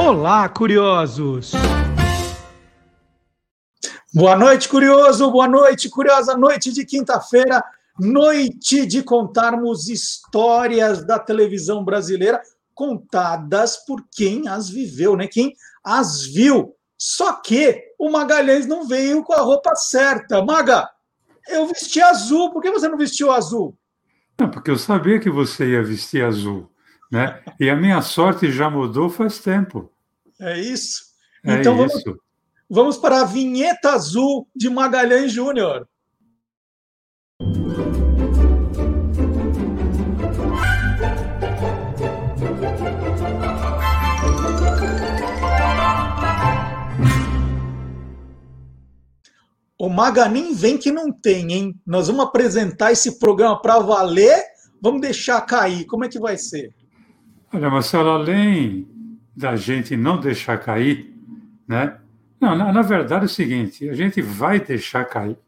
Olá, curiosos! Boa noite, curioso! Boa noite, curiosa! Noite de quinta-feira, noite de contarmos histórias da televisão brasileira contadas por quem as viveu, né? Quem as viu. Só que o Magalhães não veio com a roupa certa. Maga, eu vesti azul. Por que você não vestiu azul? Não, porque eu sabia que você ia vestir azul, né? E a minha sorte já mudou faz tempo. É isso? É Então isso. vamos para a vinheta azul de Magalhães Júnior. O Maga nem vem que não tem, hein? Nós vamos apresentar esse programa para valer, vamos deixar cair. Como é que vai ser? Olha, Marcelo, além da gente não deixar cair, né? Não, na verdade é o seguinte, a gente vai deixar cair.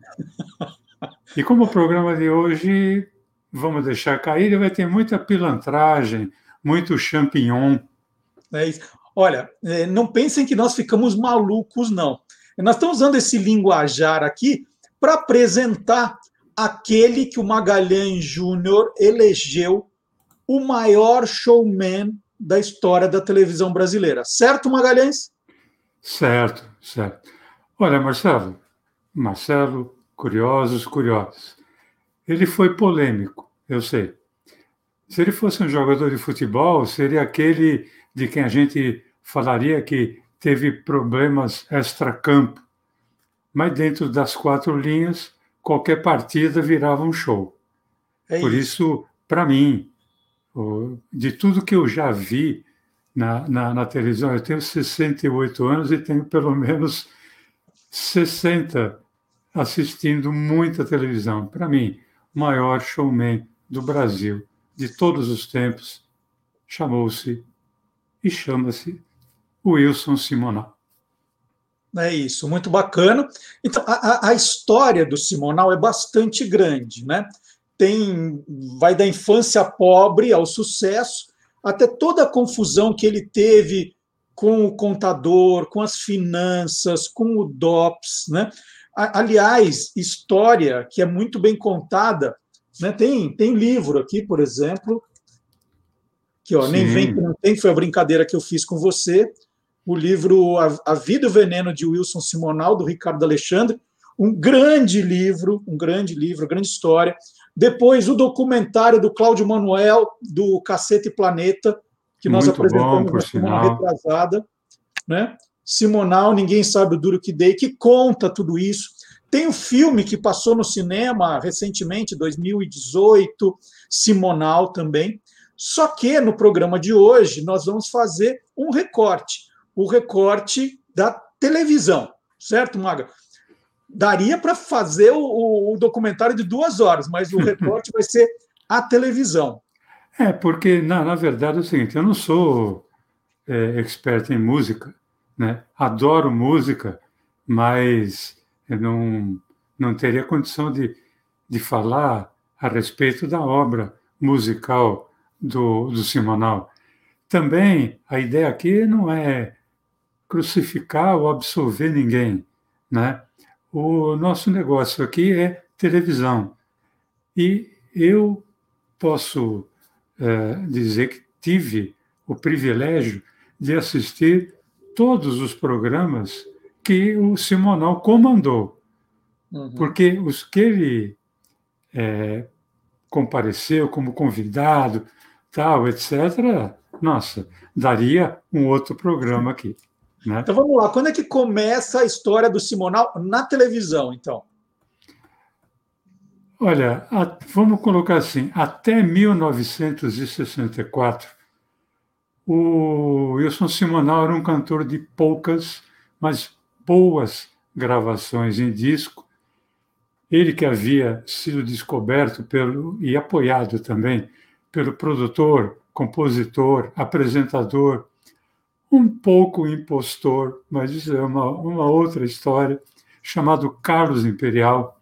E como o programa de hoje vamos deixar cair, ele vai ter muita pilantragem, muito champignon. É isso. Olha, não pensem que nós ficamos malucos, não. Nós estamos usando esse linguajar aqui para apresentar aquele que o Magalhães Júnior elegeu o maior showman da história da televisão brasileira. Certo, Magalhães? Certo, certo. Olha, Marcelo, curiosos. Ele foi polêmico, eu sei. Se ele fosse um jogador de futebol, seria aquele de quem a gente falaria que teve problemas extracampo. Mas dentro das quatro linhas, qualquer partida virava um show. Por isso, para mim, de tudo que eu já vi na televisão, eu tenho 68 anos e tenho pelo menos 60 assistindo muita televisão. Para mim, o maior showman do Brasil de todos os tempos chamou-se e chama-se Wilson Simonal. É isso, muito bacana. Então, a história do Simonal é bastante grande, né? Vai da infância pobre ao sucesso, até toda a confusão que ele teve com o contador, com as finanças, com o DOPS, né? Aliás, história que é muito bem contada, né? Tem livro aqui, por exemplo, que nem vem que não tem, foi a brincadeira que eu fiz com você, o livro A Vida e o Veneno de Wilson Simonal, do Ricardo Alexandre, um grande livro, grande história. Depois, o documentário do Cláudio Manuel, do Cacete e Planeta, que nós muito apresentamos bom, na semana retrasada. Né? Simonal, Ninguém Sabe o Duro que Dei, que conta tudo isso. Tem o filme que passou no cinema recentemente, 2018, Simonal também. Só que no programa de hoje nós vamos fazer um recorte, o recorte da televisão, certo, Maga? Daria para fazer o documentário de 2 horas, mas o recorte vai ser a televisão. Porque, na verdade, é o seguinte, eu não sou expert em música, né? Adoro música, mas eu não teria condição de falar a respeito da obra musical do Simonal. Também, a ideia aqui não é crucificar ou absolver ninguém, né? O nosso negócio aqui é televisão. E eu posso dizer que tive o privilégio de assistir todos os programas que o Simonal comandou. Uhum. Porque os que ele compareceu como convidado, tal, etc., nossa, daria um outro programa aqui. Né? Então vamos lá, quando é que começa a história do Simonal na televisão, então? Olha, vamos colocar assim, até 1964, o Wilson Simonal era um cantor de poucas, mas boas gravações em disco. Ele que havia sido descoberto e apoiado também pelo produtor, compositor, apresentador, um pouco impostor, mas isso é uma outra história, chamado Carlos Imperial.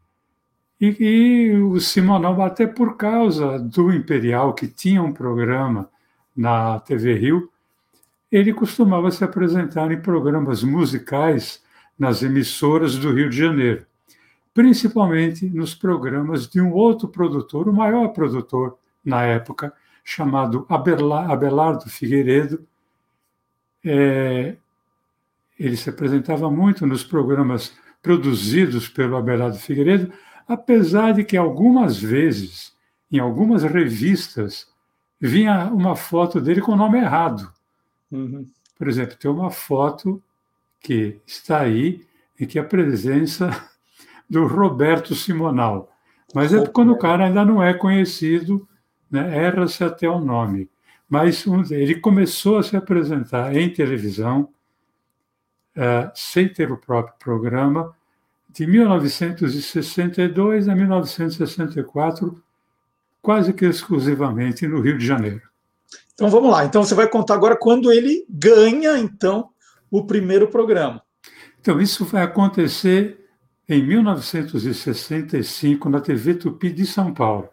E o Simonal, até por causa do Imperial, que tinha um programa na TV Rio, ele costumava se apresentar em programas musicais nas emissoras do Rio de Janeiro, principalmente nos programas de um outro produtor, o maior produtor na época, chamado Abelardo Figueiredo. Ele se apresentava muito nos programas produzidos pelo Abelardo Figueiredo, apesar de que algumas vezes, em algumas revistas, vinha uma foto dele com o nome errado. Uhum. Por exemplo, tem uma foto que está aí, em que a presença do Roberto Simonal. Mas é quando o cara ainda não é conhecido, né, erra-se até o nome. Mas ele começou a se apresentar em televisão, sem ter o próprio programa, de 1962 a 1964, quase que exclusivamente no Rio de Janeiro. Então vamos lá. Então você vai contar agora quando ele ganha, então, o primeiro programa. Então, isso vai acontecer em 1965, na TV Tupi de São Paulo.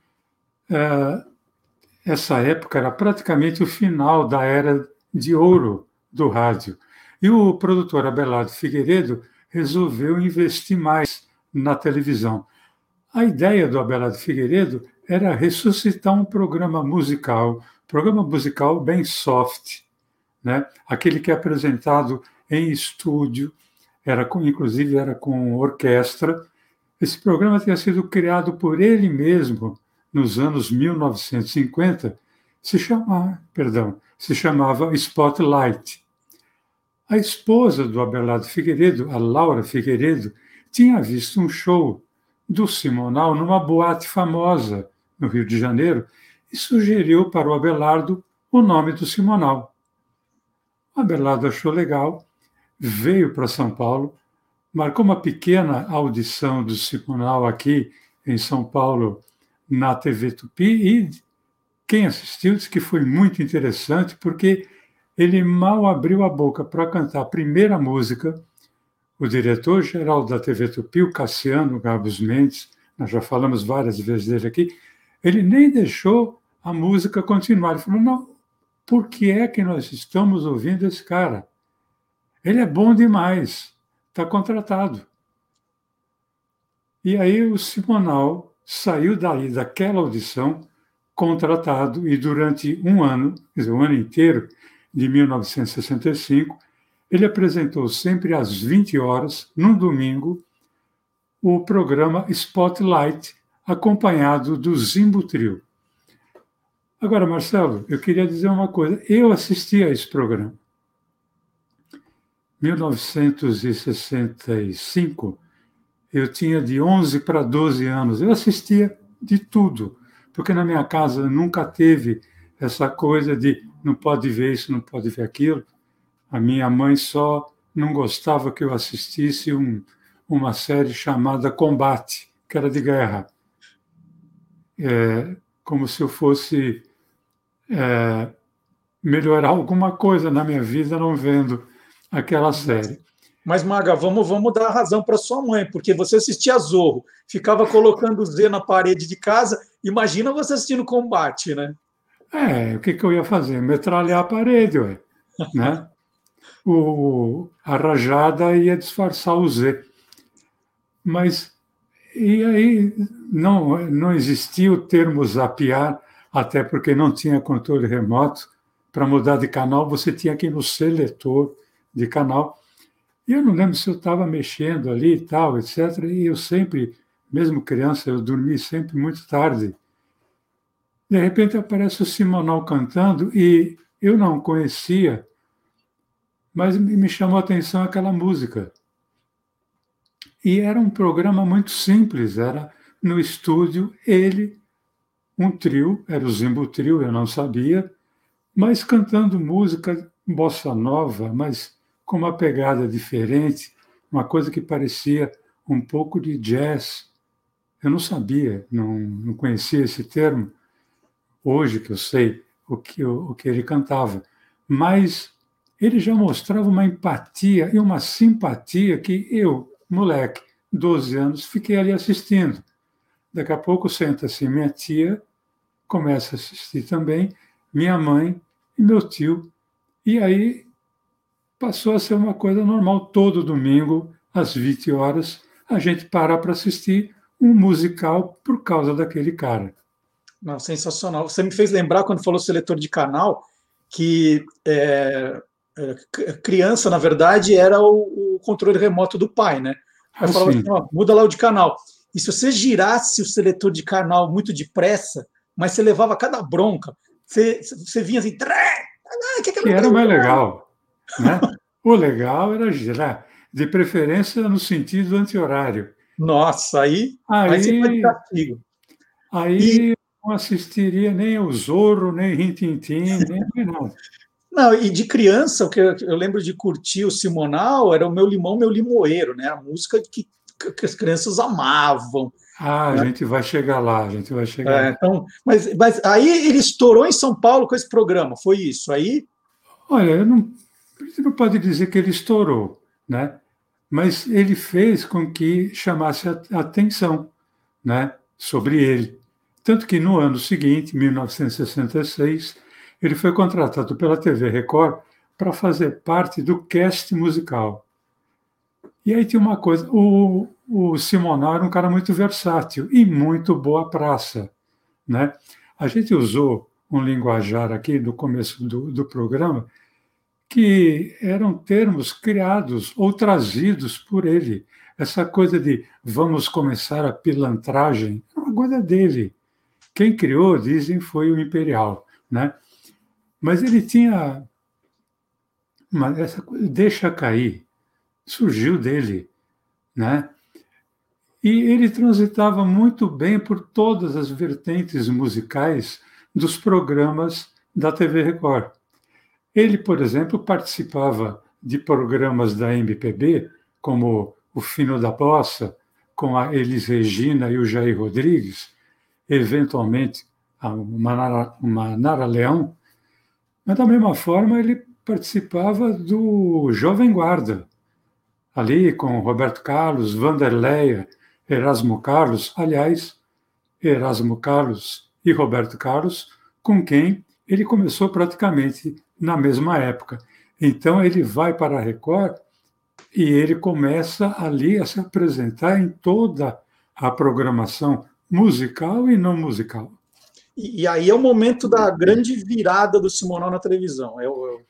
Essa época era praticamente o final da era de ouro do rádio. E o produtor Abelardo Figueiredo resolveu investir mais na televisão. A ideia do Abelardo Figueiredo era ressuscitar um programa musical bem soft, né? Aquele que é apresentado em estúdio, inclusive era com orquestra. Esse programa tinha sido criado por ele mesmo nos anos 1950, se chamava Spotlight. A esposa do Abelardo Figueiredo, a Laura Figueiredo, tinha visto um show do Simonal numa boate famosa no Rio de Janeiro e sugeriu para o Abelardo o nome do Simonal. O Abelardo achou legal, veio para São Paulo, marcou uma pequena audição do Simonal aqui em São Paulo, na TV Tupi, e quem assistiu disse que foi muito interessante, porque ele mal abriu a boca para cantar a primeira música. O diretor-geral da TV Tupi, o Cassiano Gabos Mendes, nós já falamos várias vezes dele aqui, ele nem deixou a música continuar. Ele falou, não, por que é que nós estamos ouvindo esse cara? Ele é bom demais, está contratado. E aí o Simonal saiu daquela audição, contratado, e durante um ano, quer dizer, o ano inteiro, de 1965, ele apresentou sempre às 20 horas, num domingo, o programa Spotlight, acompanhado do Zimbo Trio. Agora, Marcelo, eu queria dizer uma coisa. Eu assisti a esse programa. Em 1965, eu tinha de 11 para 12 anos. Eu assistia de tudo, porque na minha casa nunca teve essa coisa de não pode ver isso, não pode ver aquilo. A minha mãe só não gostava que eu assistisse uma série chamada Combate, que era de guerra. Como se eu fosse melhorar alguma coisa na minha vida não vendo aquela série. Mas, Maga, vamos dar razão para sua mãe, porque você assistia Zorro, ficava colocando o Z na parede de casa, imagina você assistindo Combate, né? O que eu ia fazer? Metralhar a parede, ué, né? A rajada ia disfarçar o Z. Mas, e aí, não existia o termo zapear, até porque não tinha controle remoto. Para mudar de canal, você tinha que ir no seletor de canal. E eu não lembro se eu estava mexendo ali e tal, etc. E eu sempre, mesmo criança, eu dormi sempre muito tarde. De repente aparece o Simonal cantando e eu não conhecia, mas me chamou a atenção aquela música. E era um programa muito simples, era no estúdio, ele, um trio, era o Zimbo Trio, eu não sabia, mas cantando música bossa nova, mas com uma pegada diferente, uma coisa que parecia um pouco de jazz. Eu não sabia, não conhecia esse termo, hoje que eu sei o que ele cantava, mas ele já mostrava uma empatia e uma simpatia que eu, moleque, 12 anos, fiquei ali assistindo. Daqui a pouco senta-se minha tia, começa a assistir também, minha mãe e meu tio, E aí passou a ser uma coisa normal. Todo domingo, às 20 horas, a gente para assistir um musical por causa daquele cara. Não, sensacional. Você me fez lembrar, quando falou seletor de canal, que criança, na verdade, era o controle remoto do pai, né? O pai falava assim, Assim, ó, muda lá o de canal. E se você girasse o seletor de canal muito depressa, mas você levava cada bronca, você vinha assim, que que aquela era o mais coisa. legal, né? O legal era girar, de preferência no sentido anti-horário. Nossa, aí você pode Aí, castigo. E aí não assistiria nem o Zorro, nem Rin-Tin-Tin, nem nada. não, e de criança, o que eu lembro de curtir o Simonal era o Meu Limão, Meu Limoeiro, né? A música que as crianças amavam. Ah, a Né? gente vai chegar lá, a gente vai chegar lá. Então, mas aí ele estourou em São Paulo com esse programa, foi isso. Aí, Olha, a gente não pode dizer que ele estourou, né? Mas ele fez com que chamasse a atenção, né, sobre ele. Tanto que no ano seguinte, 1966, ele foi contratado pela TV Record para fazer parte do cast musical. E aí tinha uma coisa, o Simonal era um cara muito versátil e muito boa praça, né? A gente usou um linguajar aqui no começo do programa que eram termos criados ou trazidos por ele. Essa coisa de vamos começar a pilantragem, é uma coisa dele. Quem criou, dizem, foi o Imperial, né? Mas ele tinha essa coisa, deixa cair, surgiu dele, né? E ele transitava muito bem por todas as vertentes musicais dos programas da TV Record. Ele, por exemplo, participava de programas da MPB, como o Fino da Bossa, com a Elis Regina e o Jair Rodrigues, eventualmente uma Nara Leão, mas da mesma forma ele participava do Jovem Guarda, ali com Roberto Carlos, Vanderleia, Erasmo Carlos, aliás, Erasmo Carlos e Roberto Carlos, com quem ele começou praticamente na mesma época. Então ele vai para a Record e ele começa ali a se apresentar em toda a programação musical e não musical. e aí é o momento da grande virada do Simonal na televisão.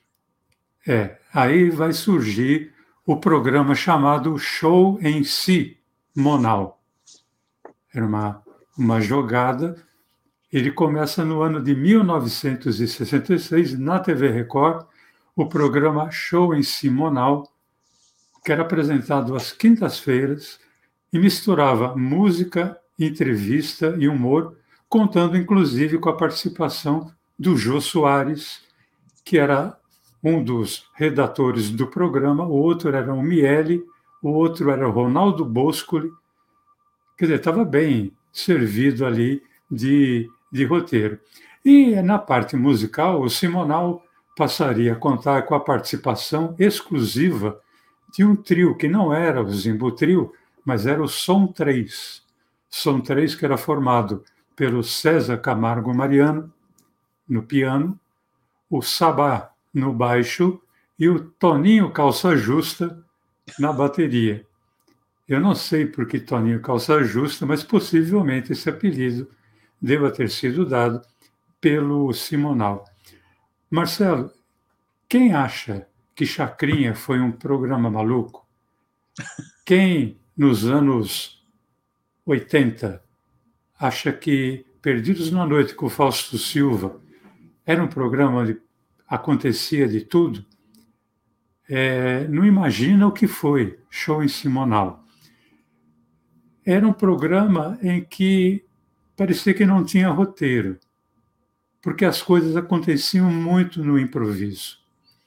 Aí vai surgir o programa chamado Show em Si, Monal. Era uma jogada. Ele começa no ano de 1966, na TV Record, o programa Show em Si Monal, que era apresentado às quintas-feiras e misturava música, entrevista e humor, contando inclusive com a participação do Jô Soares, que era um dos redatores do programa, o outro era o Miele, o outro era o Ronaldo Boscoli. Quer dizer, estava bem servido ali de roteiro. E na parte musical, o Simonal passaria a contar com a participação exclusiva de um trio que não era o Zimbo Trio, mas era o Som 3. Som 3 que era formado pelo César Camargo Mariano no piano, o Sabá no baixo e o Toninho Calça Justa na bateria. Eu não sei por que Toninho Calça Justa, mas possivelmente esse apelido deva ter sido dado pelo Simonal. Marcelo, quem acha que Chacrinha foi um programa maluco? Quem, nos anos 80, acha que Perdidos na Noite com Fausto Silva era um programa onde acontecia de tudo? Não imagina o que foi Show em Simonal. Era um programa em que parecia que não tinha roteiro, porque as coisas aconteciam muito no improviso.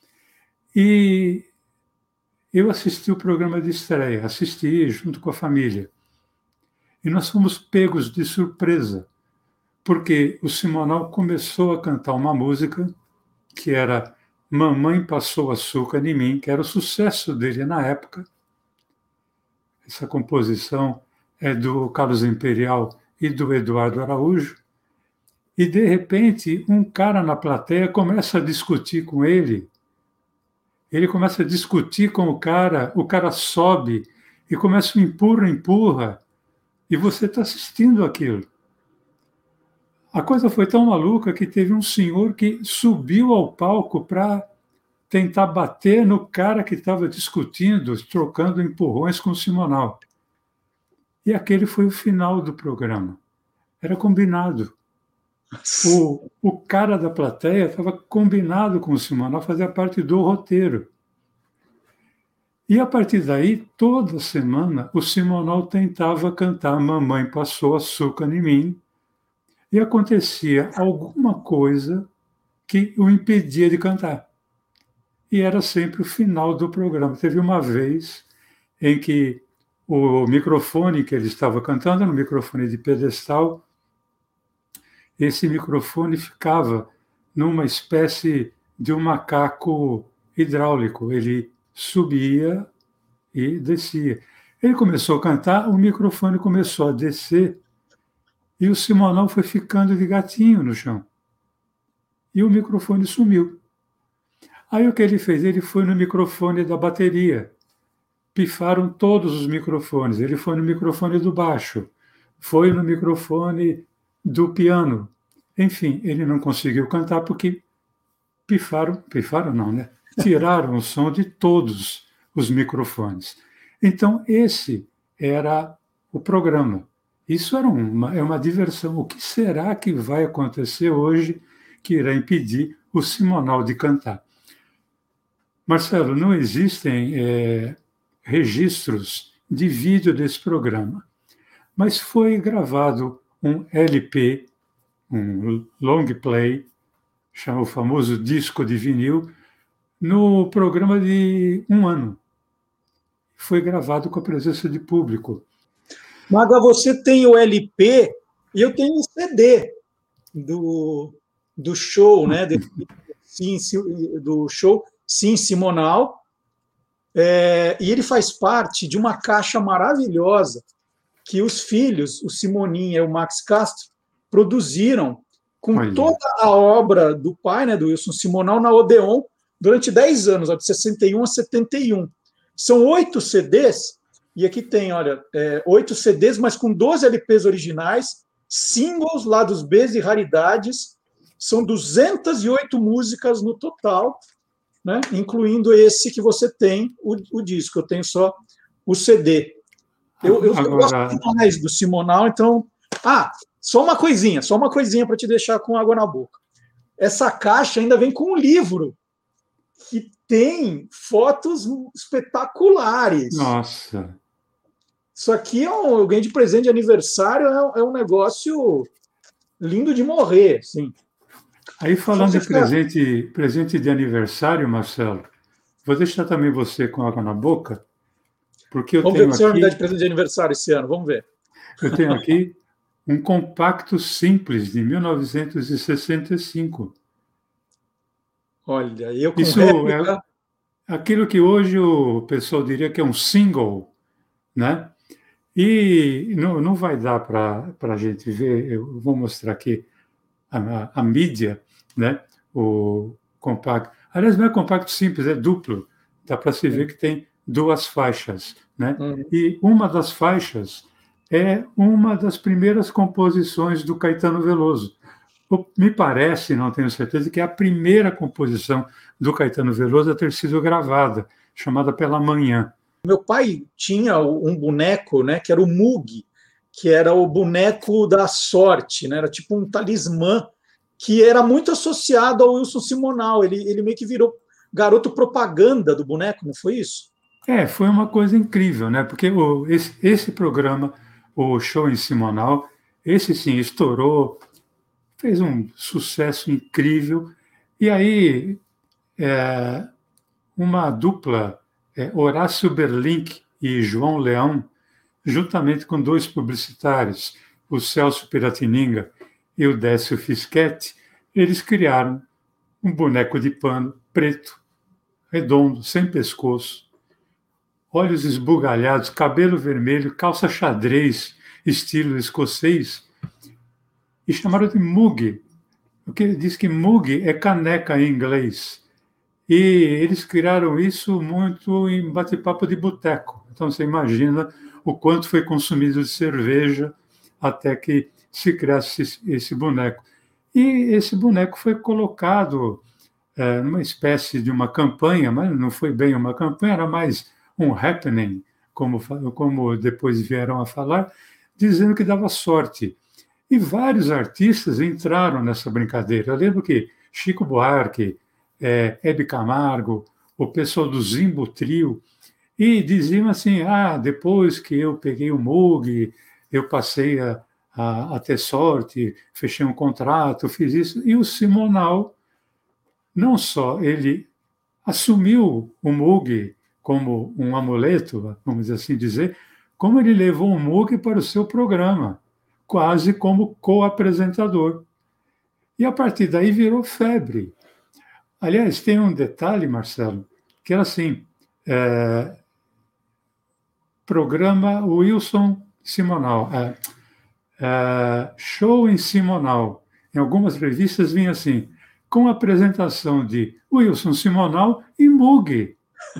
E eu assisti o programa de estreia, assisti junto com a família. E nós fomos pegos de surpresa, porque o Simonal começou a cantar uma música que era Mamãe Passou Açúcar em Mim, que era o sucesso dele na época. Essa composição é do Carlos Imperial e do Eduardo Araújo. E, de repente, um cara na plateia começa a discutir com ele Ele começa a discutir com o cara sobe e começa a empurra, e você está assistindo aquilo. A coisa foi tão maluca que teve um senhor que subiu ao palco para tentar bater no cara que estava discutindo, trocando empurrões com o Simonal. E aquele foi o final do programa. Era combinado. O cara da plateia estava combinado com o Simonal, fazia parte do roteiro. E a partir daí, toda semana, o Simonal tentava cantar Mamãe Passou Açúcar em Mim, e acontecia alguma coisa que o impedia de cantar. E era sempre o final do programa. Teve uma vez em que o microfone que ele estava cantando era um microfone de pedestal. Esse microfone ficava numa espécie de um macaco hidráulico. Ele subia e descia. Ele começou a cantar, o microfone começou a descer e o Simonal foi ficando de gatinho no chão. E o microfone sumiu. Aí o que ele fez? Ele foi no microfone da bateria. Pifaram todos os microfones. Ele foi no microfone do baixo, foi no microfone do piano. Enfim, ele não conseguiu cantar porque pifaram não, né? Tiraram o som de todos os microfones. Então, esse era o programa. Isso era uma diversão. O que será que vai acontecer hoje que irá impedir o Simonal de cantar? Marcelo, não existem registros de vídeo desse programa, mas foi gravado um LP, um long play, o famoso disco de vinil, no programa de um ano. Foi gravado com a presença de público. Maga, você tem o LP e eu tenho o CD do show, né? Do show Sim Simonal. E ele faz parte de uma caixa maravilhosa que os filhos, o Simoninha e o Max Castro, produziram com toda a obra do pai, né, do Wilson Simonal, na Odeon, durante 10 anos, de 61 a 71. São 8 CDs, e aqui tem, olha, 8 CDs, mas com 12 LPs originais, singles, lados B e raridades. São 208 músicas no total, né, incluindo esse que você tem, o disco. Eu tenho só o CD. Eu gosto mais do Simonal, então... só uma coisinha para te deixar com água na boca. Essa caixa ainda vem com um livro que tem fotos espetaculares. Nossa! Isso aqui eu ganhei de presente de aniversário, é um negócio lindo de morrer, sim. Aí, falando de presente de aniversário, Marcelo, vou deixar também você com água na boca, porque eu vamos tenho ver o que você vai me dar aqui... de presente de aniversário esse ano, vamos ver. Eu tenho aqui um compacto simples de 1965. Olha, eu com isso réplica... é aquilo que hoje o pessoal diria que é um single, né? E não vai dar para a gente ver, eu vou mostrar aqui a mídia, né? O compacto. Aliás, não é compacto simples, é duplo. Dá para se ver que tem 2 faixas, né? E uma das faixas é uma das primeiras composições do Caetano Veloso. Me parece, não tenho certeza, que é a primeira composição do Caetano Veloso a ter sido gravada, chamada Pela Manhã. Meu pai tinha um boneco, né, que era o Mug, que era o boneco da sorte, né, era tipo um talismã, que era muito associado ao Wilson Simonal. Ele meio que virou garoto propaganda do boneco, não foi isso? Foi uma coisa incrível, né? Porque esse programa, o Show em Simonal, esse sim estourou, fez um sucesso incrível. E aí, uma dupla, Horácio Berlink e João Leão, juntamente com 2 publicitários, o Celso Piratininga e o Décio Fischetti, eles criaram um boneco de pano preto, redondo, sem pescoço, olhos esbugalhados, cabelo vermelho, calça xadrez, estilo escocês, e chamaram de Mug, porque diz que Mug é caneca em inglês. E eles criaram isso muito em bate-papo de boteco. Então, você imagina o quanto foi consumido de cerveja até que se criasse esse boneco. E esse boneco foi colocado numa espécie de uma campanha, mas não foi bem uma campanha, era mais um happening, como depois vieram a falar, dizendo que dava sorte. E vários artistas entraram nessa brincadeira. Eu lembro que Chico Buarque, Hebe Camargo, o pessoal do Zimbo Trio, e diziam assim, depois que eu peguei o Moog, eu passei a ter sorte, fechei um contrato, fiz isso. E o Simonal, não só ele assumiu o Moog como um amuleto, vamos assim dizer, como ele levou o Moog para o seu programa, quase como co-apresentador. E a partir daí virou febre. Aliás, tem um detalhe, Marcelo, que era assim, programa Wilson Simonal, show em Simonal. Em algumas revistas vinha assim, com a apresentação de Wilson Simonal e Moog.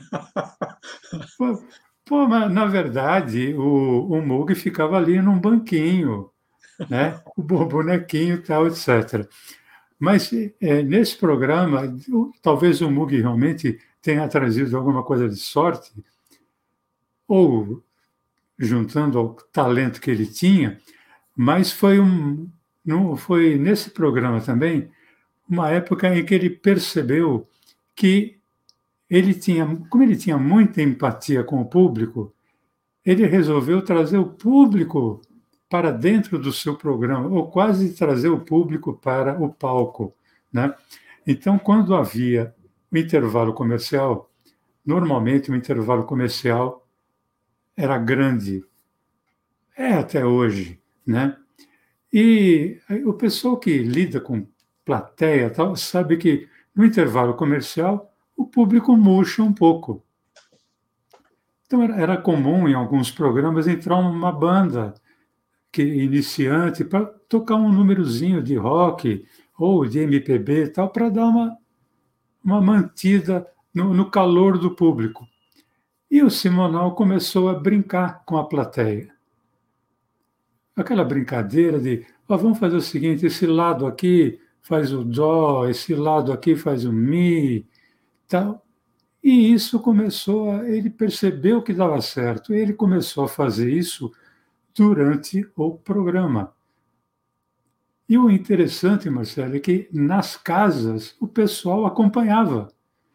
Mas, na verdade, o Moog ficava ali num banquinho, né? O bonequinho e tal, etc. Mas nesse programa, talvez o Moog realmente tenha trazido alguma coisa de sorte, ou juntando ao talento que ele tinha, mas foi nesse programa também uma época em que ele percebeu que como ele tinha muita empatia com o público, ele resolveu trazer o público para dentro do seu programa, ou quase trazer o público para o palco, né? Então, quando havia o intervalo comercial, normalmente o intervalo comercial era grande, até hoje, né? E o pessoal que lida com plateia tal, sabe que no intervalo comercial o público murcha um pouco. Então era comum em alguns programas entrar uma banda iniciante para tocar um númerozinho de rock ou de MPB tal, para dar uma mantida no calor do público. E o Simonal começou a brincar com a plateia. Aquela brincadeira de, vamos fazer o seguinte, esse lado aqui faz o dó, esse lado aqui faz o mi, tal. E isso ele percebeu que dava certo, ele começou a fazer isso durante o programa. E o interessante, Marcelo, é que nas casas o pessoal acompanhava.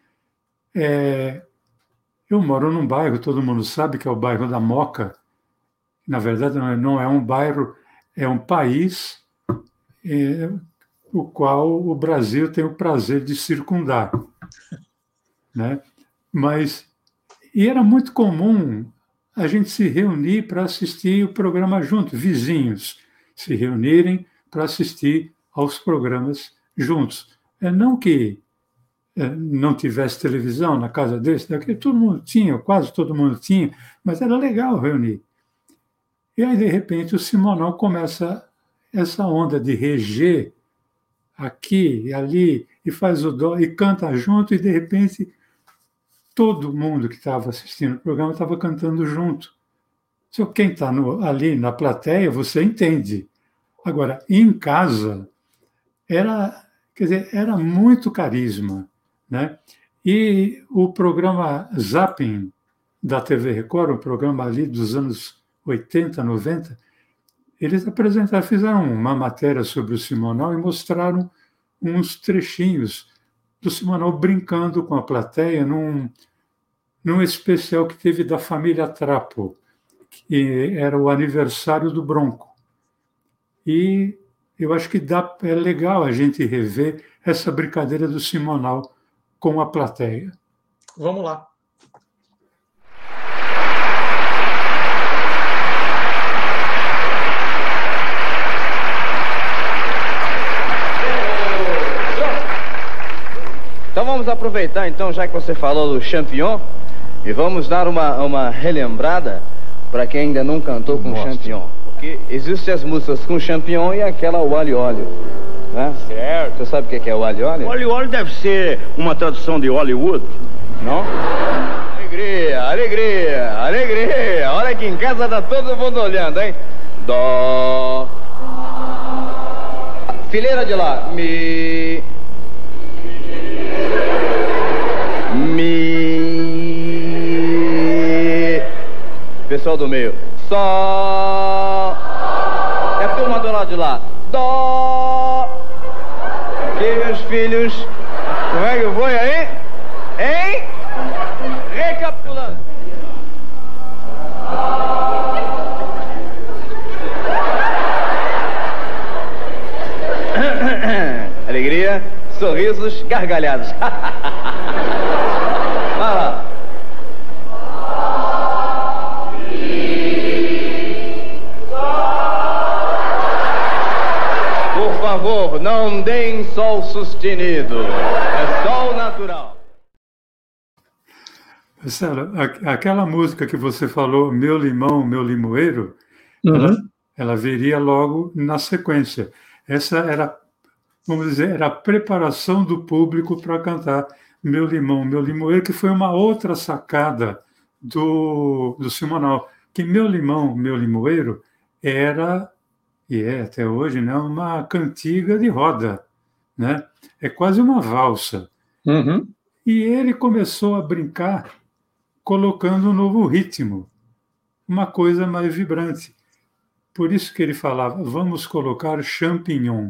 Eu moro num bairro, todo mundo sabe que é o bairro da Moca. Na verdade, não é um bairro, é um país o qual o Brasil tem o prazer de circundar, né? E era muito comum a gente se reunir para assistir o programa junto, vizinhos se reunirem para assistir aos programas juntos. Não que não tivesse televisão na casa desse, daqui todo mundo tinha, quase todo mundo tinha, mas era legal reunir. E aí, de repente, o Simonal começa essa onda de reger aqui e ali, e faz o dó, e canta junto, e de repente todo mundo que estava assistindo o programa estava cantando junto. Só quem está ali na plateia, você entende. Agora, em casa, era muito carisma, né? E o programa Zapping da TV Record, o programa ali dos anos 80, 90, eles fizeram uma matéria sobre o Simonal e mostraram uns trechinhos do Simonal brincando com a plateia num especial que teve da família Trapo, que era o aniversário do Bronco. E eu acho que é legal a gente rever essa brincadeira do Simonal com a plateia. Vamos lá. Então vamos aproveitar, então, já que você falou do Champignon, e vamos dar uma relembrada para quem ainda não cantou com Champignon. Porque existem as músicas com Champignon e aquela o Alho Olho. né? Certo. Você sabe o que é o Wally-Wally? Wally-Wally deve ser uma tradução de Hollywood, não? Alegria, alegria, alegria. Olha aqui em casa tá todo mundo olhando, hein? Dó. Fileira de lá. Mi. Mi. Pessoal do meio. Sol. E a turma do lado de lá. Dó. E meus filhos. Como é que foi aí? Hein? Recapitulando. Alegria, sorrisos, gargalhadas. Vai lá. Por favor, não deem sol sustenido. É sol natural. Marcelo, aquela música que você falou, Meu Limão, Meu Limoeiro, ela viria logo na sequência. Essa era, vamos dizer, era a preparação do público para cantar Meu Limão, Meu Limoeiro, que foi uma outra sacada do Simonal, que Meu Limão, Meu Limoeiro era, e é até hoje, né, uma cantiga de roda, né? É quase uma valsa. E ele começou a brincar colocando um novo ritmo, uma coisa mais vibrante. Por isso que ele falava, vamos colocar champignon,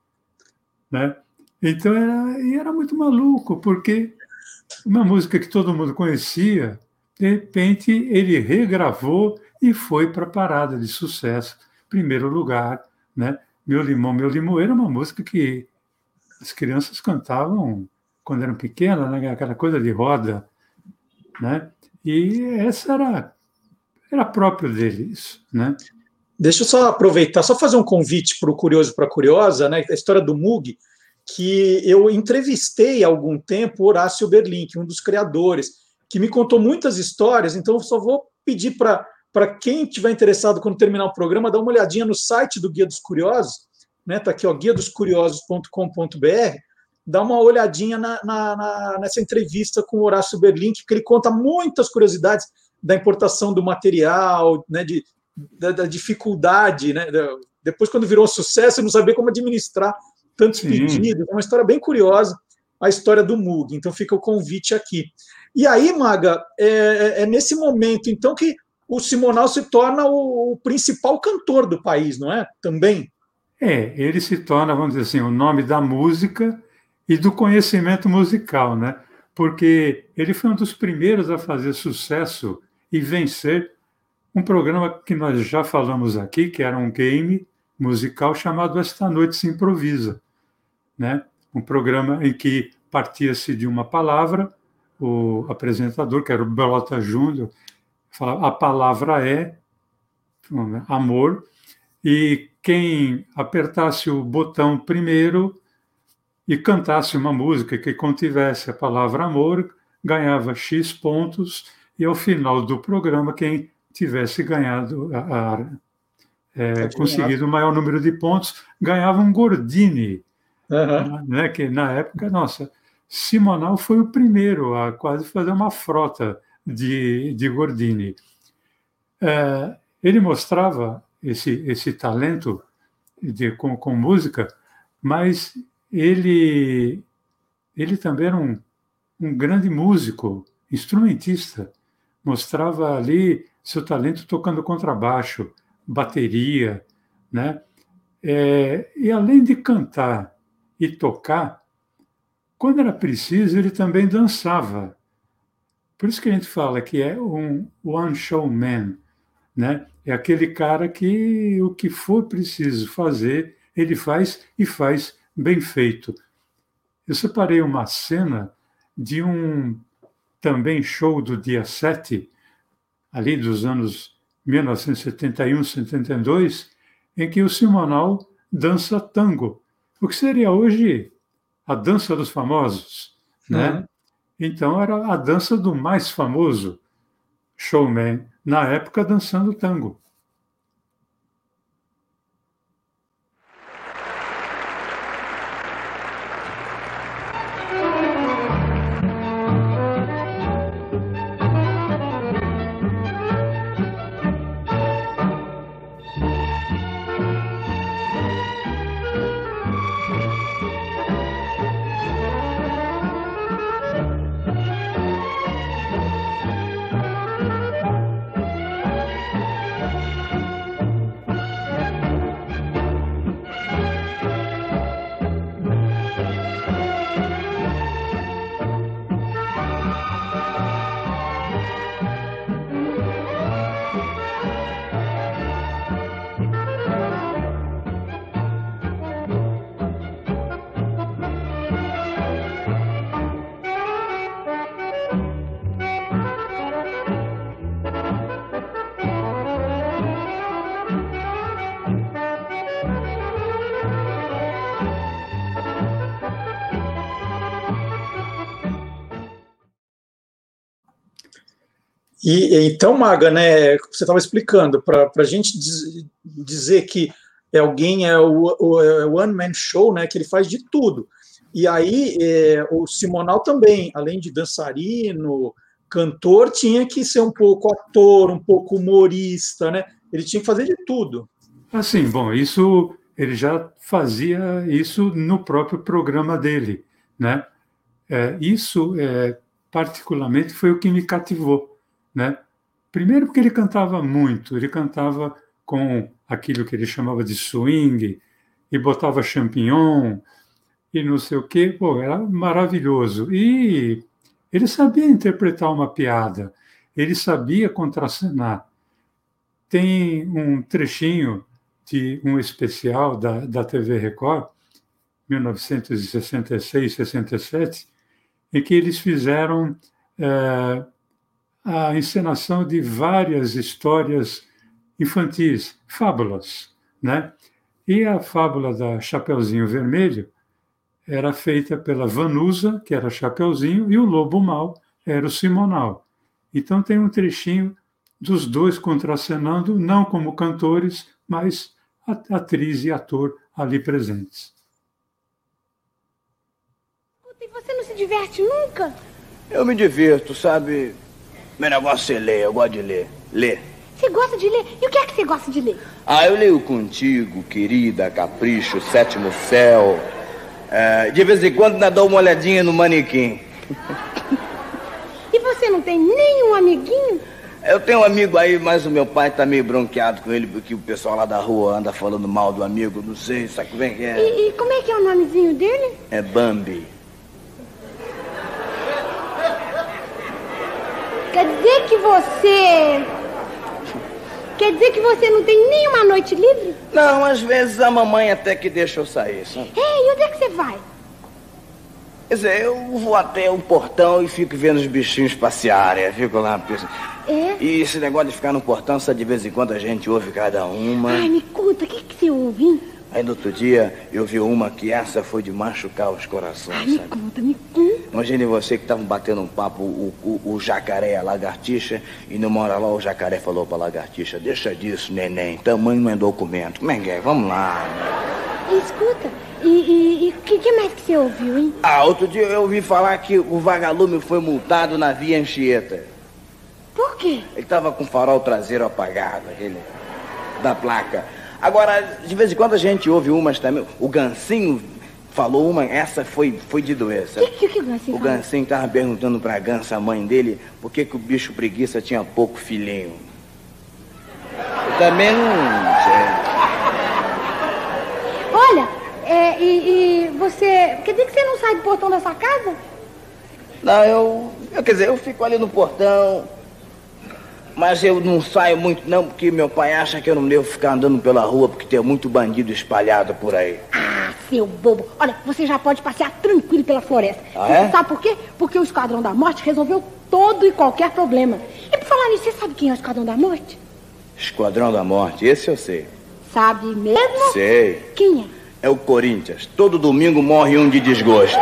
né? Então era muito maluco, porque uma música que todo mundo conhecia, de repente ele regravou e foi para a parada de sucesso. Primeiro lugar, né? Meu Limão, Meu Limoeiro é uma música que as crianças cantavam quando eram pequenas, né? Aquela coisa de roda, né? E essa era próprio dele, isso, né? Deixa eu só aproveitar, só fazer um convite para o curioso e para a curiosa, né? A história do Moog, que eu entrevistei há algum tempo o Horácio Berlin, um dos criadores, que me contou muitas histórias, então eu só vou pedir para quem estiver interessado, quando terminar o programa, dar uma olhadinha no site do Guia dos Curiosos, né? Está aqui, ó, guiadoscuriosos.com.br, dá uma olhadinha nessa entrevista com o Horácio Berlin, que ele conta muitas curiosidades da importação do material, né, da dificuldade, né? Depois, quando virou um sucesso, eu não sabia como administrar tantos pedidos. É uma história bem curiosa, a história do Moog. Então, fica o convite aqui. E aí, Maga, é nesse momento, então, que o Simonal se torna o principal cantor do país, não é? Também. Ele se torna, vamos dizer assim, o nome da música e do conhecimento musical, né? Porque ele foi um dos primeiros a fazer sucesso e vencer um programa que nós já falamos aqui, que era um game musical chamado Esta Noite Se Improvisa, né? Um programa em que partia-se de uma palavra, o apresentador, que era o Belota Júnior, falava, a palavra é amor, e quem apertasse o botão primeiro e cantasse uma música que contivesse a palavra amor, ganhava X pontos, e ao final do programa, quem tivesse ganhado, conseguido o maior número de pontos, ganhava um Gordini, né? Que na época, nossa, Simonal foi o primeiro a quase fazer uma frota de Gordini. Ele mostrava esse talento com música, mas ele também era um grande músico, instrumentista. Mostrava ali seu talento tocando contrabaixo, bateria, né? E além de cantar e tocar, quando era preciso, ele também dançava. Por isso que a gente fala que é um one-show man, né? É aquele cara que o que for preciso fazer, ele faz e faz bem feito. Eu separei uma cena de um também show do dia 7, ali dos anos 1971, 72, em que o Simonal dança tango, o que seria hoje a dança dos famosos, né? Então era a dança do mais famoso showman, na época dançando tango. E então, Maga, né, você estava explicando, para a gente dizer que alguém é o one-man show, né, que ele faz de tudo. E aí o Simonal também, além de dançarino, cantor, tinha que ser um pouco ator, um pouco humorista, né? Ele tinha que fazer de tudo. Assim, bom, isso ele já fazia isso no próprio programa dele, né? Isso particularmente foi o que me cativou, né? Primeiro porque ele cantava muito, ele cantava com aquilo que ele chamava de swing e botava champignon e não sei o quê, pô, era maravilhoso. E ele sabia interpretar uma piada, ele sabia contracenar. Tem um trechinho de um especial da TV Record, 1966, 67, em que eles fizeram a encenação de várias histórias infantis, fábulas, né? E a fábula da Chapeuzinho Vermelho era feita pela Vanusa, que era Chapeuzinho, e o Lobo Mau era o Simonal. Então tem um trechinho dos dois contracenando, não como cantores, mas atriz e ator ali presentes. E você não se diverte nunca? Eu me divirto, sabe? Meu negócio é ler, eu gosto de ler. Ler. Você gosta de ler? E o que é que você gosta de ler? Eu leio Contigo, Querida, Capricho, Sétimo Céu. De vez em quando ainda dou uma olhadinha no manequim. E você não tem nenhum amiguinho? Eu tenho um amigo aí, mas o meu pai tá meio bronqueado com ele, porque o pessoal lá da rua anda falando mal do amigo, não sei, sabe como é que é? E como é que é o nomezinho dele? É Bambi. Quer dizer que você não tem nenhuma noite livre? Não, às vezes a mamãe até que deixa eu sair, sabe? E onde é que você vai? Quer dizer, eu vou até o portão e fico vendo os bichinhos passearem, eu fico lá pensando. E esse negócio de ficar no portão, só de vez em quando a gente ouve cada uma. Ai, me conta, o que você ouve, hein? Aí no outro dia eu vi uma que essa foi de machucar os corações, Ai, sabe? me conta. Imagine você que estavam batendo um papo, o jacaré, a lagartixa, e numa hora lá o jacaré falou pra lagartixa: deixa disso, neném, tamanho não é documento. Como é que é? Vamos lá. Escuta, e o que mais que você ouviu, hein? Outro dia eu ouvi falar que o vagalume foi multado na Via Anchieta. Por quê? Ele tava com o farol traseiro apagado, aquele da placa. Agora, de vez em quando a gente ouve umas também. O Gancinho falou uma, essa foi de doer, sabe? O que o Gancinho falou? O Gancinho tava perguntando pra Gansa, a mãe dele, por que o bicho preguiça tinha pouco filhinho. Eu também não sei. Olha, você... Quer dizer que você não sai do portão da sua casa? Não, quer dizer, eu fico ali no portão, mas eu não saio muito não, porque meu pai acha que eu não devo ficar andando pela rua, porque tem muito bandido espalhado por aí. Seu bobo. Olha, você já pode passear tranquilo pela floresta. Você sabe por quê? Porque o Esquadrão da Morte resolveu todo e qualquer problema. E por falar nisso, você sabe quem é o Esquadrão da Morte? Esquadrão da Morte, esse eu sei. Sabe mesmo? Sei. Quem é? É o Corinthians. Todo domingo morre um de desgosto.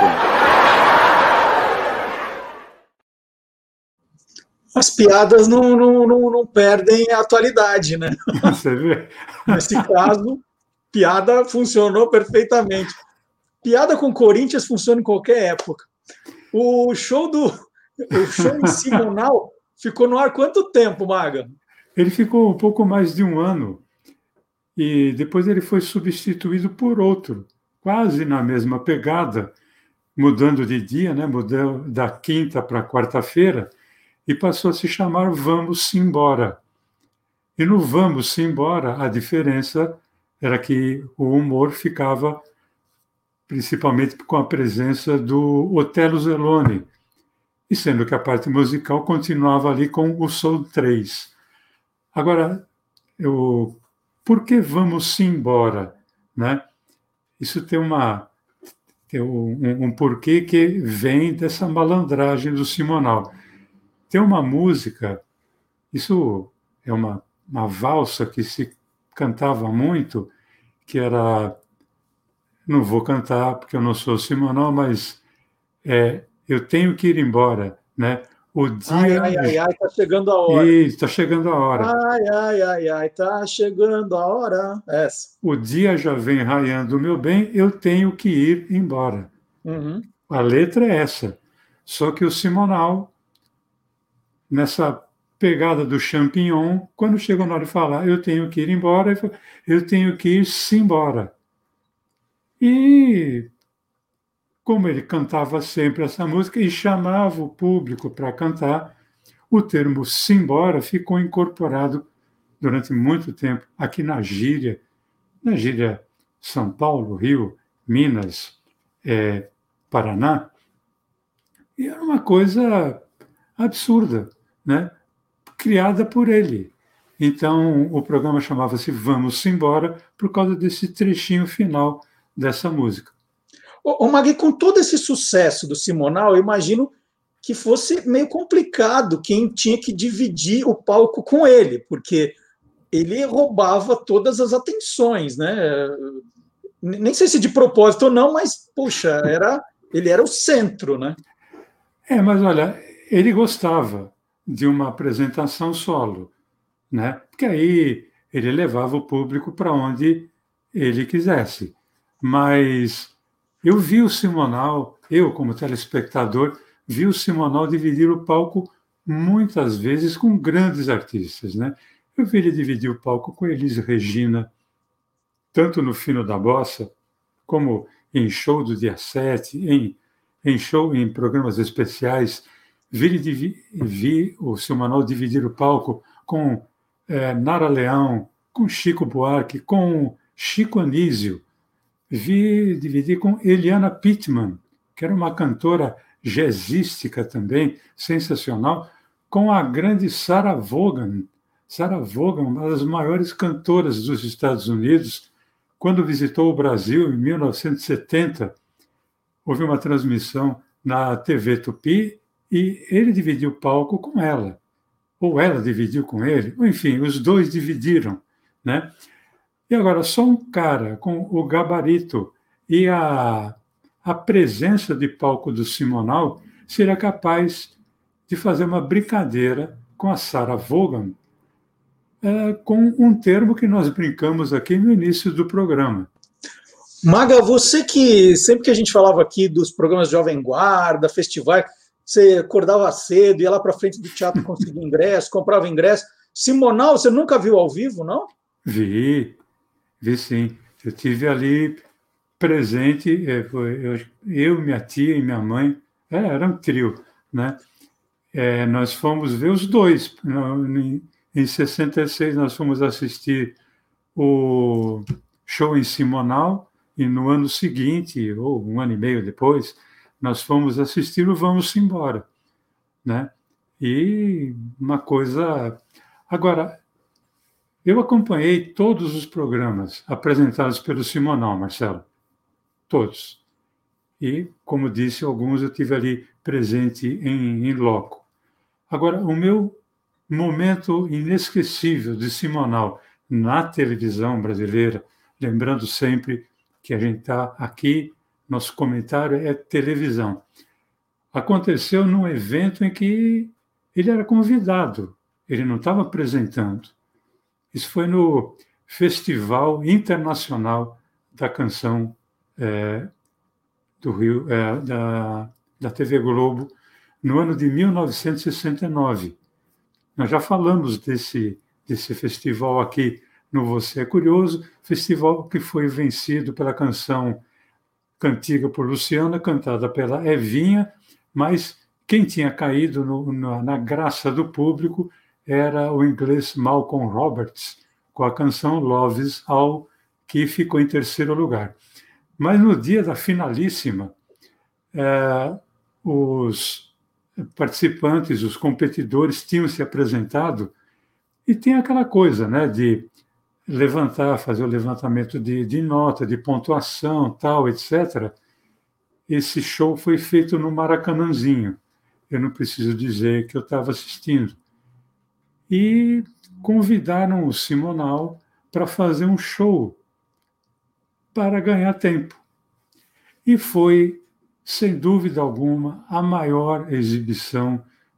As piadas não perdem a atualidade, né? Você vê? Nesse caso, piada funcionou perfeitamente. Piada com Corinthians funciona em qualquer época. O show em Simonal ficou no ar quanto tempo, Maga? Ele ficou um pouco mais de um ano e depois ele foi substituído por outro, quase na mesma pegada, mudando de dia, né? Mudou da quinta para quarta-feira e passou a se chamar Vamos Embora. E no Vamos Embora, a diferença era que o humor ficava principalmente com a presença do Otelo Zeloni, e sendo que a parte musical continuava ali com o Soul 3. Agora, por que Vamos Embora? Né? Isso tem um porquê que vem dessa malandragem do Simonal. Tem uma música, isso é uma valsa que se cantava muito, que era, não vou cantar porque eu não sou Simonal, mas eu tenho que ir embora, né? O dia... Ai, tá chegando a hora. Está chegando a hora. Ai, tá chegando a hora. Essa. O dia já vem raiando, meu bem, eu tenho que ir embora. Uhum. A letra é essa. Só que o Simonal, nessa pegada do champignon, quando chegou na hora de falar, eu tenho que ir embora, eu tenho que ir-se embora. E como ele cantava sempre essa música e chamava o público para cantar, o termo simbora ficou incorporado durante muito tempo aqui na gíria São Paulo, Rio, Minas, Paraná, e era uma coisa absurda, né? Criada por ele. Então, o programa chamava-se Vamos Embora, por causa desse trechinho final dessa música. Ô Magui, com todo esse sucesso do Simonal, eu imagino que fosse meio complicado quem tinha que dividir o palco com ele, porque ele roubava todas as atenções, né? Nem sei se de propósito ou não, mas, puxa, ele era o centro, né? Mas olha, ele gostava de uma apresentação solo, né? Porque aí ele levava o público para onde ele quisesse. Mas eu vi o Simonal, eu como telespectador, vi o Simonal dividir o palco muitas vezes com grandes artistas, né? Eu vi ele dividir o palco com Elis Regina, tanto no Fino da Bossa, como em show do dia 7, em show, em programas especiais. Vi o Simonal dividir o palco com Nara Leão, com Chico Buarque, com Chico Anísio. Vi dividir com Eliana Pittman, que era uma cantora jazzística também, sensacional, com a grande Sarah Vaughan. Sarah Vaughan, uma das maiores cantoras dos Estados Unidos, quando visitou o Brasil em 1970, houve uma transmissão na TV Tupi e ele dividiu o palco com ela. Ou ela dividiu com ele, ou, enfim, os dois dividiram, né? E agora, só um cara com o gabarito e a presença de palco do Simonal seria capaz de fazer uma brincadeira com a Sarah Vaughan, com um termo que nós brincamos aqui no início do programa. Maga, você que sempre que a gente falava aqui dos programas de Jovem Guarda, festivais, você acordava cedo, ia lá para frente do teatro conseguir ingresso, comprava ingresso. Simonal, você nunca viu ao vivo, não? Vi sim. Eu tive ali presente, eu, minha tia e minha mãe, era um trio, né? Nós fomos ver os dois. Em 66, nós fomos assistir o show em Simonal, e no ano seguinte, ou um ano e meio depois, nós fomos assistir o Vamos Embora, né? E uma coisa... Agora, eu acompanhei todos os programas apresentados pelo Simonal, Marcelo. Todos. E, como disse, alguns eu tive ali presente em loco. Agora, o meu momento inesquecível de Simonal na televisão brasileira, lembrando sempre que a gente está aqui, nosso comentário é televisão. Aconteceu num evento em que ele era convidado, ele não estava apresentando. Isso foi no Festival Internacional da Canção do Rio, da TV Globo, no ano de 1969. Nós já falamos desse festival aqui no Você é Curioso, festival que foi vencido pela canção Cantiga por Luciana, cantada pela Evinha, mas quem tinha caído na graça do público era o inglês Malcolm Roberts, com a canção Love's All, que ficou em terceiro lugar. Mas no dia da finalíssima, os participantes, os competidores tinham se apresentado e tem aquela coisa, né, de fazer o levantamento de nota, de pontuação, tal, etc. Esse show foi feito no Maracanãzinho. Eu não preciso dizer que eu estava assistindo. E convidaram o Simonal para fazer um show para ganhar tempo. E foi, sem dúvida alguma, a maior exibição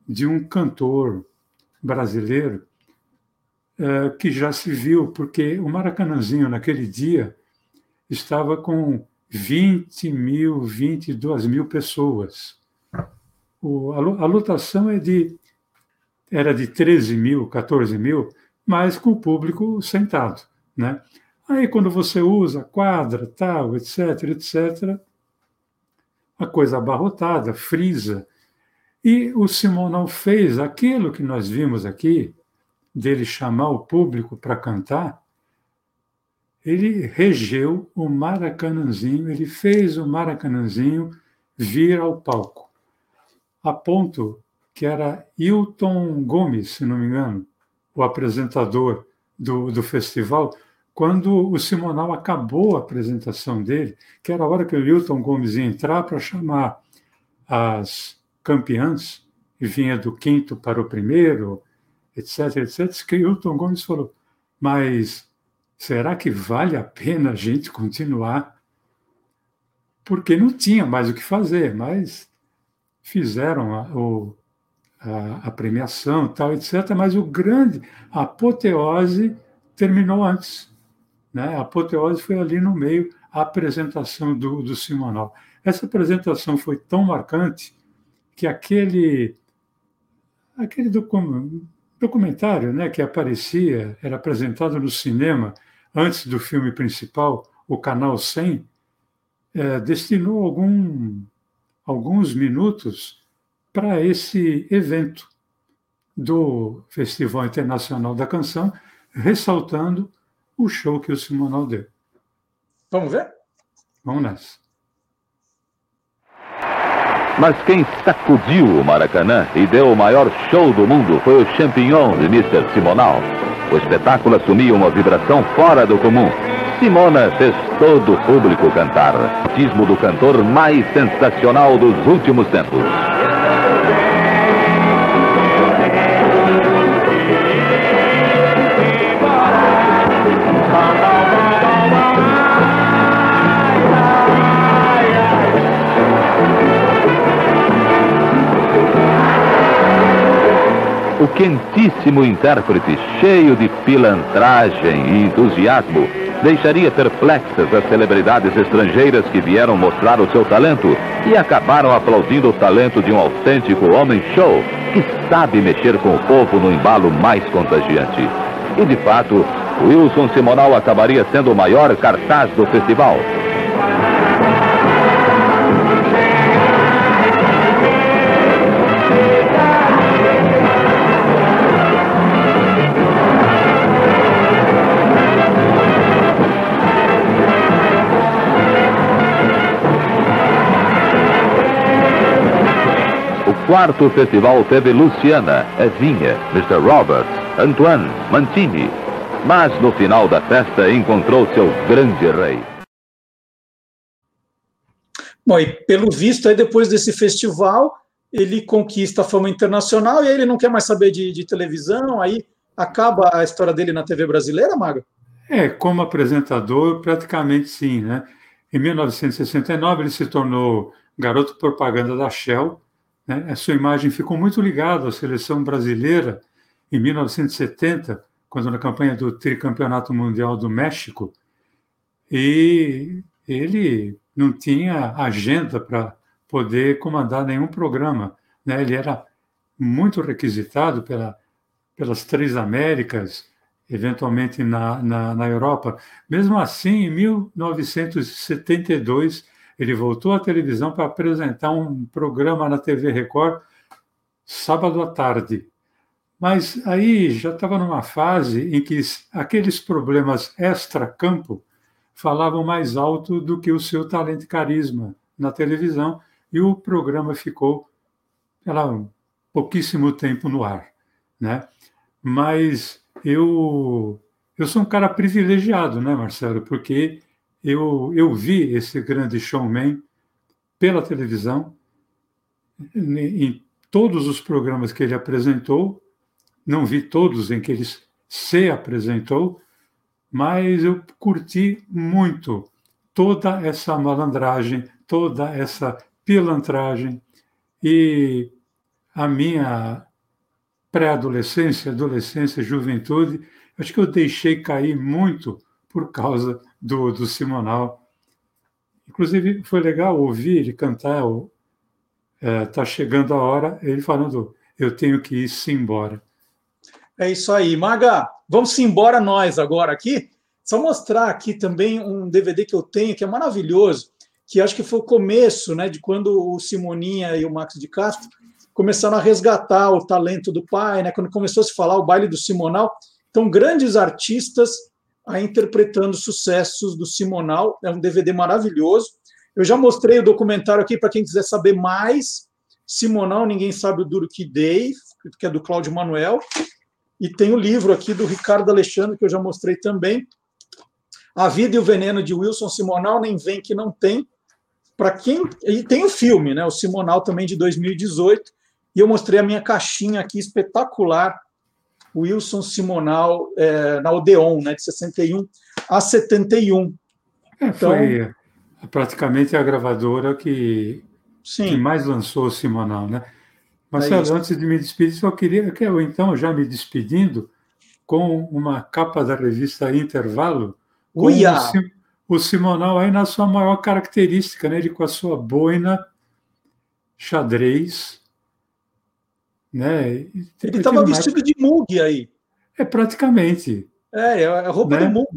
de um cantor brasileiro que já se viu, porque o Maracanãzinho, naquele dia, estava com 20 mil, 22 mil pessoas. A lotação era de 13 mil, 14 mil, mas com o público sentado, né? Aí, quando você usa quadra, tal, etc., etc., a coisa abarrotada, frisa. E o Simonal fez aquilo que nós vimos aqui, dele chamar o público para cantar. Ele regeu o Maracanãzinho, ele fez o Maracanãzinho vir ao palco, a ponto que era Hilton Gomes, se não me engano, o apresentador do festival, quando o Simonal acabou a apresentação dele, que era a hora que o Hilton Gomes ia entrar para chamar as campeãs, e vinha do quinto para o primeiro, etc., etc., que o Hilton Gomes falou, mas será que vale a pena a gente continuar? Porque não tinha mais o que fazer, mas fizeram a premiação, tal, etc., mas a apoteose terminou antes. Né? A apoteose foi ali no meio, a apresentação do Simonal. Essa apresentação foi tão marcante que aquele documentário, né, que aparecia, era apresentado no cinema antes do filme principal, o Canal 100, destinou alguns minutos para esse evento do Festival Internacional da Canção, ressaltando o show que o Simonal deu. Vamos ver? Vamos nessa. Mas quem sacudiu o Maracanã e deu o maior show do mundo foi o Champignon de Mr. Simonal. O espetáculo assumia uma vibração fora do comum. Simona fez todo o público cantar. O batismo do cantor mais sensacional dos últimos tempos. O quentíssimo intérprete, cheio de pilantragem e entusiasmo, deixaria perplexas as celebridades estrangeiras que vieram mostrar o seu talento e acabaram aplaudindo o talento de um autêntico homem-show que sabe mexer com o povo no embalo mais contagiante. E, de fato, Wilson Simonal acabaria sendo o maior cartaz do festival. O quarto festival teve Luciana, Evinha, Mr. Roberts, Antoine, Mancini. Mas no final da festa encontrou seu grande rei. Bom, e pelo visto, aí depois desse festival, ele conquista a fama internacional e aí ele não quer mais saber de televisão, aí acaba a história dele na TV brasileira, Maga? Como apresentador, praticamente sim, né? Em 1969, ele se tornou garoto propaganda da Shell, né? A sua imagem ficou muito ligada à seleção brasileira em 1970, quando na campanha do tricampeonato mundial do México, e ele não tinha agenda para poder comandar nenhum programa, né? Ele era muito requisitado pelas Três Américas, eventualmente na Europa. Mesmo assim, em 1972, ele voltou à televisão para apresentar um programa na TV Record, sábado à tarde. Mas aí já estava numa fase em que aqueles problemas extra-campo falavam mais alto do que o seu talento e carisma na televisão, e o programa ficou pouquíssimo tempo no ar, né? Mas eu sou um cara privilegiado, né, Marcelo? Porque eu vi esse grande showman pela televisão, em todos os programas que ele apresentou. Não vi todos em que ele se apresentou, mas eu curti muito toda essa malandragem, toda essa pilantragem. E a minha pré-adolescência, adolescência, juventude, acho que eu deixei cair muito por causa do Simonal. Inclusive, foi legal ouvir ele cantar Tá Chegando a Hora, ele falando, eu tenho que ir-se embora. É isso aí. Maga, vamos embora nós agora aqui. Só mostrar aqui também um DVD que eu tenho, que é maravilhoso, que acho que foi o começo, né, de quando o Simoninha e o Max de Castro começaram a resgatar o talento do pai, né, quando começou a se falar o baile do Simonal. Então, grandes artistas interpretando sucessos do Simonal. É um DVD maravilhoso. Eu já mostrei o documentário aqui para quem quiser saber mais. Simonal, Ninguém Sabe o Duro que Dei, que é do Cláudio Manuel. E tem o livro aqui do Ricardo Alexandre, que eu já mostrei também. A Vida e o Veneno de Wilson Simonal, Nem Vem Que Não Tem. E tem o filme, né? O Simonal também de 2018. E eu mostrei a minha caixinha aqui, espetacular. Wilson Simonal, na Odeon, né? De 61 a 71. Então, foi praticamente a gravadora que mais lançou o Simonal, né? Marcelo, antes de me despedir, só queria que eu, então, já me despedindo, com uma capa da revista Intervalo, com o Simonal aí na sua maior característica, né? Ele com a sua boina xadrez, né? Ele estava vestido de Moog aí. Praticamente. É a roupa do Moog.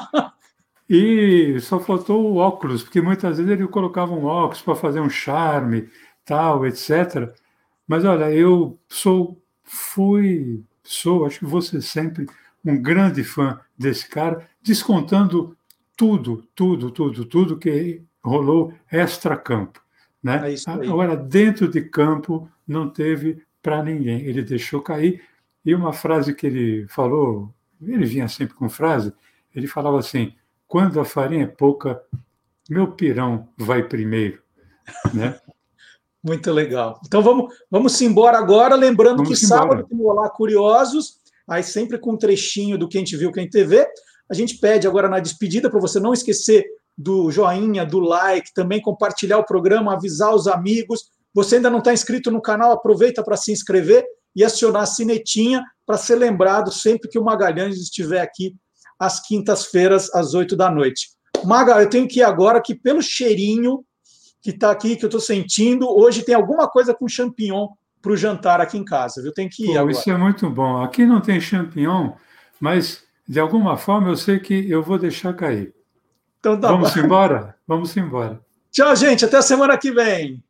E só faltou o óculos, porque muitas vezes ele colocava um óculos para fazer um charme, tal, etc. Mas, olha, eu sou, acho que vou ser sempre um grande fã desse cara, descontando tudo que rolou extra-campo, né? Agora, dentro de campo, não teve para ninguém. Ele deixou cair. E uma frase que ele falou, ele vinha sempre com frase, ele falava assim, quando a farinha é pouca, meu pirão vai primeiro, né? Muito legal. Então vamos embora agora, lembrando que sábado tem o Olá Curiosos, aí sempre com um trechinho do Quem Te Viu, Quem Te Vê. A gente pede agora na despedida para você não esquecer do joinha, do like, também compartilhar o programa, avisar os amigos. Você ainda não está inscrito no canal, aproveita para se inscrever e acionar a sinetinha para ser lembrado sempre que o Magalhães estiver aqui às quintas-feiras, às 20h. Maga, eu tenho que ir agora, que pelo cheirinho que está aqui, que eu estou sentindo, hoje tem alguma coisa com champignon para o jantar aqui em casa. Eu tenho que ir agora. Isso é muito bom. Aqui não tem champignon, mas de alguma forma eu sei que eu vou deixar cair. Então tá Vamos embora? Vamos embora. Tchau, gente. Até a semana que vem.